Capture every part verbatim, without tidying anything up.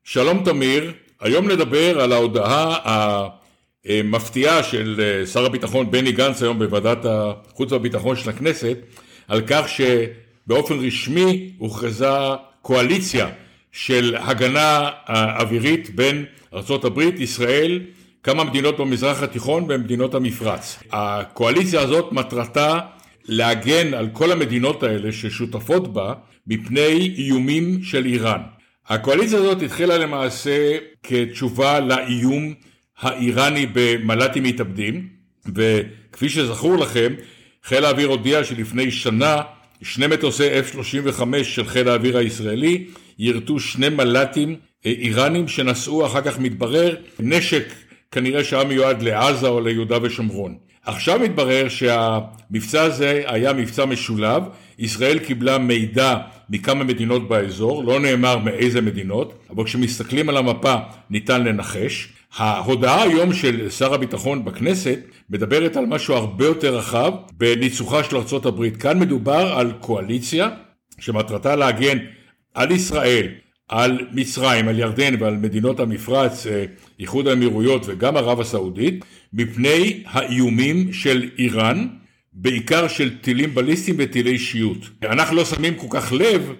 שלום תמיר, היום נדבר על ההודעה המפתיעה של שר הביטחון בני גנץ היום בוועדת החוץ והביטחון של הכנסת, על כך שבאופן רשמי הוכרזה קואליציה של הגנה אווירית בין ארצות הברית, ישראל, כמה מדינות במזרח התיכון ומדינות המפרץ. הקואליציה הזאת מטרתה להגן על כל המדינות האלה ששותפות בה מפני איומים של איראן. הקואליציה הזאת התחילה למעשה כתשובה לאיום האיראני במל"טים מתאבדים, וכפי שזכור לכם, חיל האוויר הודיע שלפני שנה שני מטוסי אף שלושים וחמש של חיל האוויר הישראלי ירטו שני מל"טים איראנים שנסעו אחר כך מתברר נשק כנראה שהיה מיועד לעזה או ליהודה ושומרון. עכשיו מתברר שהמבצע הזה היה מבצע משולב, ישראל קיבלה מידע מכמה מדינות באזור, לא נאמר מאיזה מדינות, אבל כשמסתכלים על המפה ניתן לנחש. ההודעה היום של שר הביטחון בכנסת מדברת על משהו הרבה יותר רחב בניצוחה של ארצות הברית. כאן מדובר על קואליציה שמטרתה להגן על ישראל, על מצרים, על ירדן ועל מדינות המפרץ, איחוד האמירויות וגם ערב הסעודית, מפני האיומים של איראן, בעיקר של טילים בליסטיים וטילי שיוט. אנחנו לא שמים כל כך לב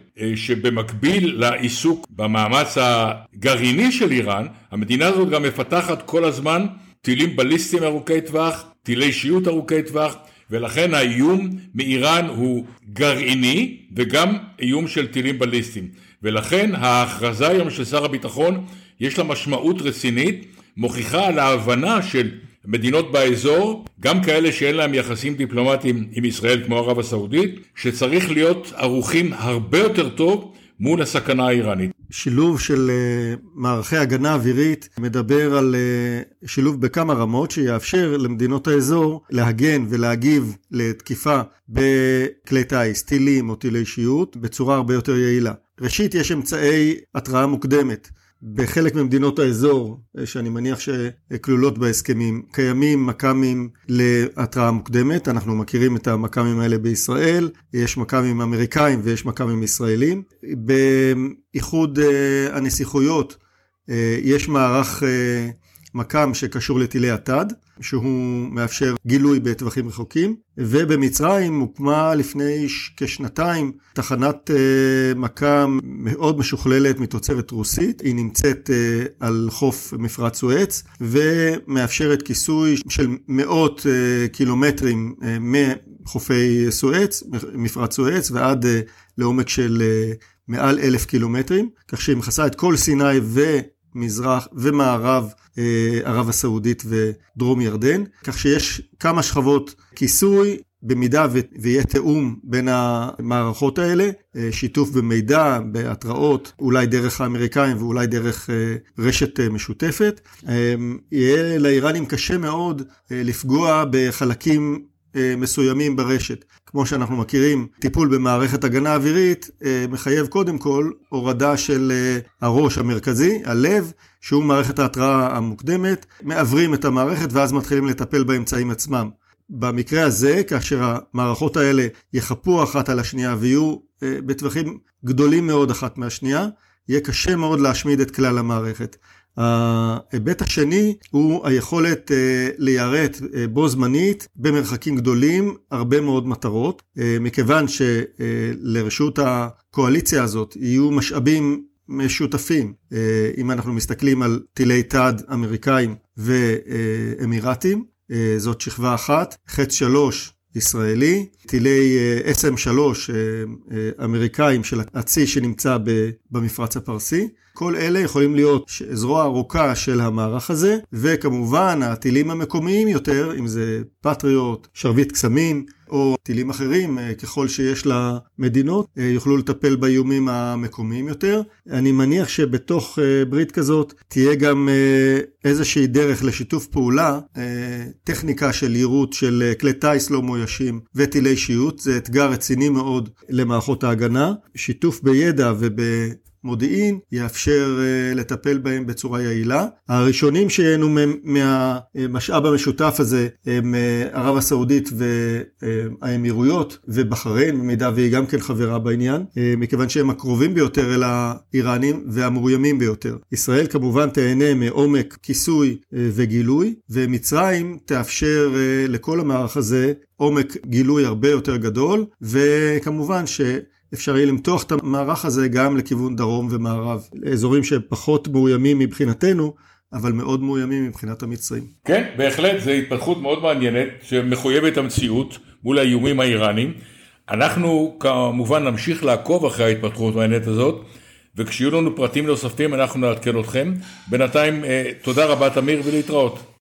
שבמקביל לעיסוק במאמץ הגרעיני של איראן, המדינה הזאת גם מפתחת כל הזמן טילים בליסטיים ארוכי טווח, טילי שיוט ארוכי טווח, ולכן האיום מאיראן הוא גרעיני וגם איום של טילים בליסטיים. ולכן ההכרזה היום של שר הביטחון יש לה משמעות רצינית, מוכיחה על ההבנה של מדינות באזור, גם כאלה שאין להם יחסים דיפלומטיים עם ישראל כמו ערב הסעודית, שצריך להיות ערוכים הרבה יותר טוב מול הסכנה האיראנית. שילוב של uh, מערכי הגנה אווירית מדבר על uh, שילוב בכמה רמות שיאפשר למדינות האזור להגן ולהגיב לתקיפה בכלי טייס, טילים או טילי שיוט בצורה הרבה יותר יעילה. ראשית, יש אמצעי התראה מוקדמת. בחלק ממדינות האזור, שאני מניח שכלולות בהסכמים, קיימים מקמים להתראה מוקדמת. אנחנו מכירים את המקמים האלה בישראל, יש מקמים אמריקאים ויש מקמים ישראלים. באיחוד הנסיכויות יש מערך מקם שקשור לטילי התד, שהוא מאפשר גילוי בטווחים רחוקים, ובמצרים הוקמה לפני כשנתיים תחנת מקם מאוד משוכללת מתוצרת רוסית. היא נמצאת על חוף מפרץ סואץ ומאפשרת כיסוי של מאות קילומטרים מחופי סואץ, מפרץ סואץ, ועד לעומק של מעל אלף קילומטרים, כך שהיא מכסה את כל סיני ו מזרח ומערב ערב הסעודית ודרום ירדן, כך שיש כמה שכבות כיסוי במידה ויהיה תאום בין המערכות האלה, שיתוף במידע, בהתראות, אולי דרך האמריקאים ואולי דרך רשת משותפת. יהיה לאיראנים קשה מאוד לפגוע בחלקים מסוימים ברשת. כמו שאנחנו מכירים, טיפול במערכת הגנה אווירית מחייב קודם כל הורדה של הראש המרכזי, הלב, שהוא מערכת ההתראה המוקדמת, מעברים את המערכת ואז מתחילים לטפל באמצעים עצמם. במקרה הזה, כאשר המערכות האלה יחפו אחת על השנייה ויהיו בטווחים גדולים מאוד אחת מהשנייה, יהיה קשה מאוד להשמיד את כלל המערכת. ההיבט השני הוא היכולת ליירט בו זמנית במרחקים גדולים הרבה מאוד מטרות, מכיוון שלרשות הקואליציה הזאת יהיו משאבים משותפים. אם אנחנו מסתכלים על טילי תד אמריקאים ואמירתים, זאת שכבה אחת, חץ שלוש ישראלי, טילי אס אם שלוש אמריקאים של הצי שנמצא במפרץ הפרסי. כל אלה יכולים להיות זרוע ארוכה של המערך הזה, וכמובן הטילים המקומיים יותר, אם זה פטריוט, שרביט קסמים, או טילים אחרים, ככל שיש למדינות, יוכלו לטפל באיומים המקומיים יותר. אני מניח שבתוך ברית כזאת תהיה גם איזושהי דרך לשיתוף פעולה, טכניקה של יירוט של כלי טייס לא מאוישים וטילי שיוט. זה אתגר רציני מאוד למערכות ההגנה. שיתוף בידע וב מודיעין, יאפשר לטפל בהם בצורה יעילה. הראשונים שיהנו מהמשאב המשותף הזה הם ערב הסעודית והאמירויות ובחריין, במידה והיא גם כן חברה בעניין, מכיוון שהם הקרובים ביותר אל האיראנים והמאוימים ביותר. ישראל כמובן תהנה מעומק כיסוי וגילוי, ומצרים תאפשר לכל המערך הזה עומק גילוי הרבה יותר גדול, וכמובן שאפשר יהיה למתוח את המערך הזה גם לכיוון דרום ומערב, לאזורים שפחות מאוימים מבחינתנו, אבל מאוד מאוימים מבחינת המצרים. כן, בהחלט, זו התפתחות מאוד מעניינת, שמחויבת המציאות מול האיומים האיראנים. אנחנו כמובן נמשיך לעקוב אחרי ההתפתחות המעניינת הזאת, וכשיהיו לנו פרטים נוספים אנחנו נעדכן אתכם. בינתיים, תודה רבה תמיר ולהתראות.